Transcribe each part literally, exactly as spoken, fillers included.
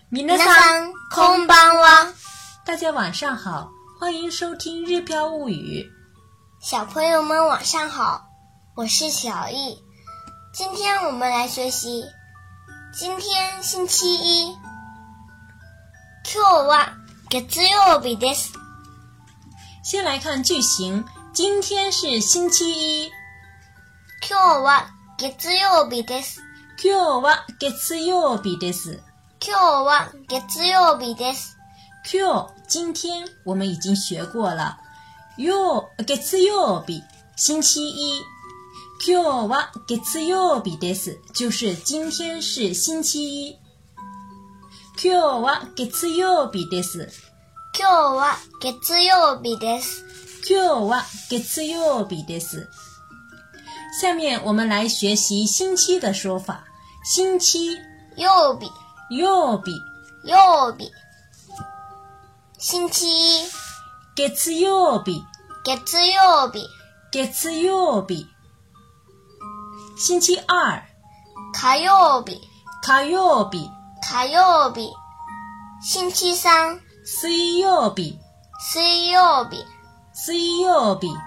皆さんこんばんは。 大家晚上好，欢迎收听日飘物语。 小朋友们晚上好，我是小易。今天我们来学习，今天星期一。今日は月曜日です。 先来看句型，今天是星期一。 今日は月曜日です。 今日は月曜日です。 今日は月曜日です。 今日今天我们已经学过了。曜月曜日星期一。今日は月曜日です就是今天是星期一。今日は月曜日です。 今日は月曜日です。 今日は月曜日です。下面我们来学习星期的说法。星期曜日曜日曜日星期一月曜日月曜日月曜日星期二火曜日火曜日火曜日星期三水曜日水曜日水曜日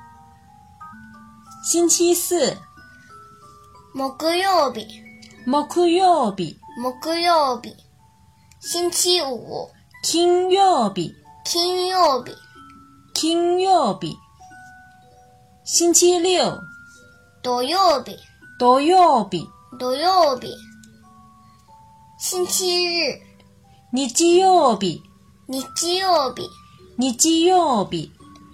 星期四木曜日木曜日木曜日星期五金曜日金曜日金曜日星期六土曜日土曜日土曜日星期日日曜日日曜日日曜日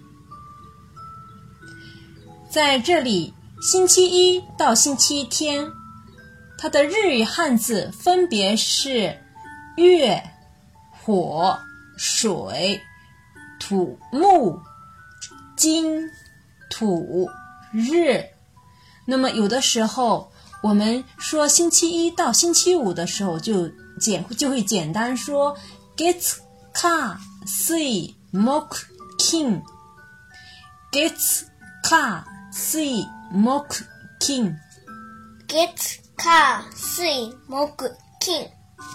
在这里星期一到星期天它的日语汉字分别是月火水土木金土日。那么有的时候我们说星期一到星期五的时候就简就会简单说月火水木金月火水木金月火水木金。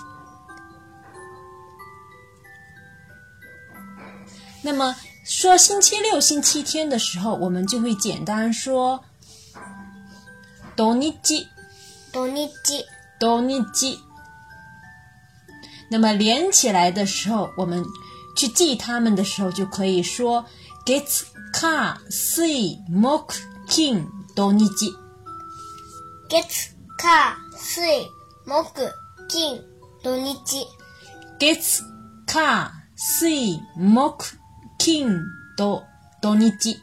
那么说星期六星期天的时候我们就会简单说土日土日土日。那么连起来的时候我们去记它们的时候就可以说月火水木金土日。 月火水木金土日。 月火水木金土土日。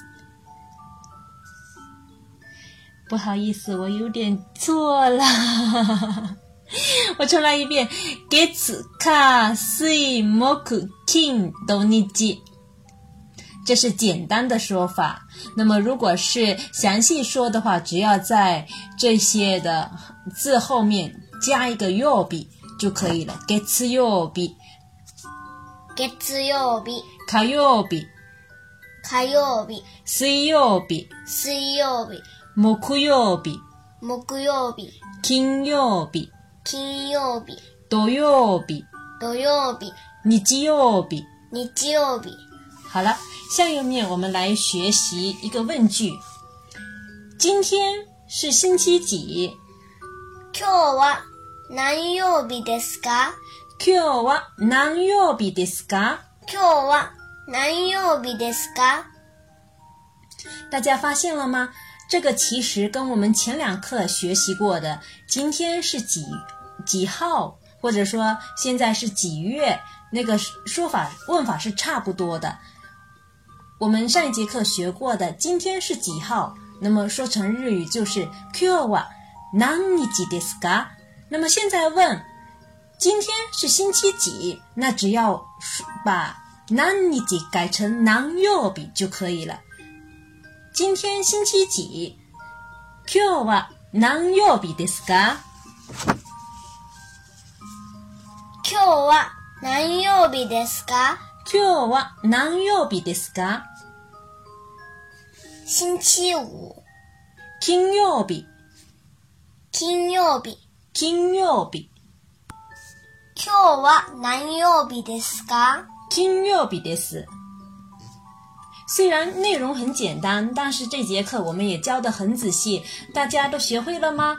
不好意思，我有点错了。我重来一遍。月火水木金土日。这是简单的说法。那么如果是详细说的话，只要在这些的字后面加一个曜日就可以了。月曜日月曜日火曜日火曜日水曜日水曜日木曜日木曜日金曜日金曜日土曜日土曜日日曜日日曜日。 好了，下面我们来学习一个问句。今天是星期几？ 今日は何曜日ですか？ 今日は何曜日ですか？ 今日は何曜日ですか？ 大家发现了吗？这个其实跟我们前两课学习过的今天是几几号，或者说现在是几月，那个说法问法是差不多的。我们上一节课学过的今天是几号，那么说成日语就是今日は何日ですか？那么现在问今天是星期几，那只要把何日改成何曜日就可以了。今天星期几？今日は何曜日ですか？ 今日は何曜日ですか？ 今日は何曜日ですか？ 星期五金曜日金曜日金曜日今日は何曜日ですか？ 金曜日です。虽然内容很简单，但是这节课我们也教得很仔细，大家都学会了吗？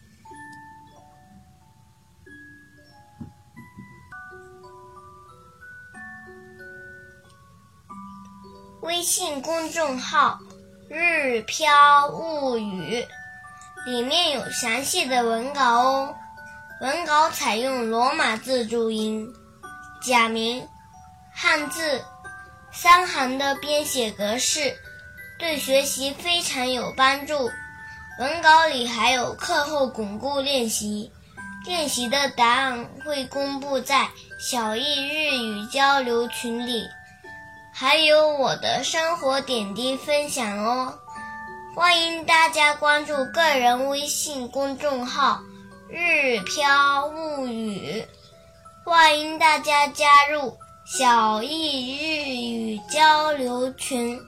微信公众号日飘物语里面有详细的文稿哦，文稿采用罗马字注音、假名、汉字三行的编写格式，对学习非常有帮助。文稿里还有课后巩固练习，练习的答案会公布在小易日语交流群里，还有我的生活点滴分享哦。欢迎大家关注个人微信公众号日飘物语，欢迎大家加入小易日语交流群。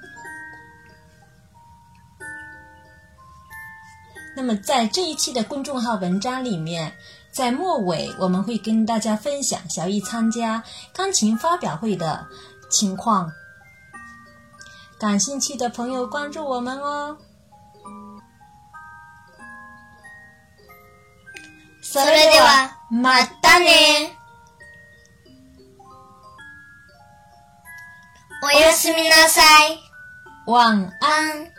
那么在这一期的公众号文章里面，在末尾我们会跟大家分享小易参加钢琴发表会的情况，感兴趣的朋友关注我们哦。 それではまたね。おやすみなさい。 晚安。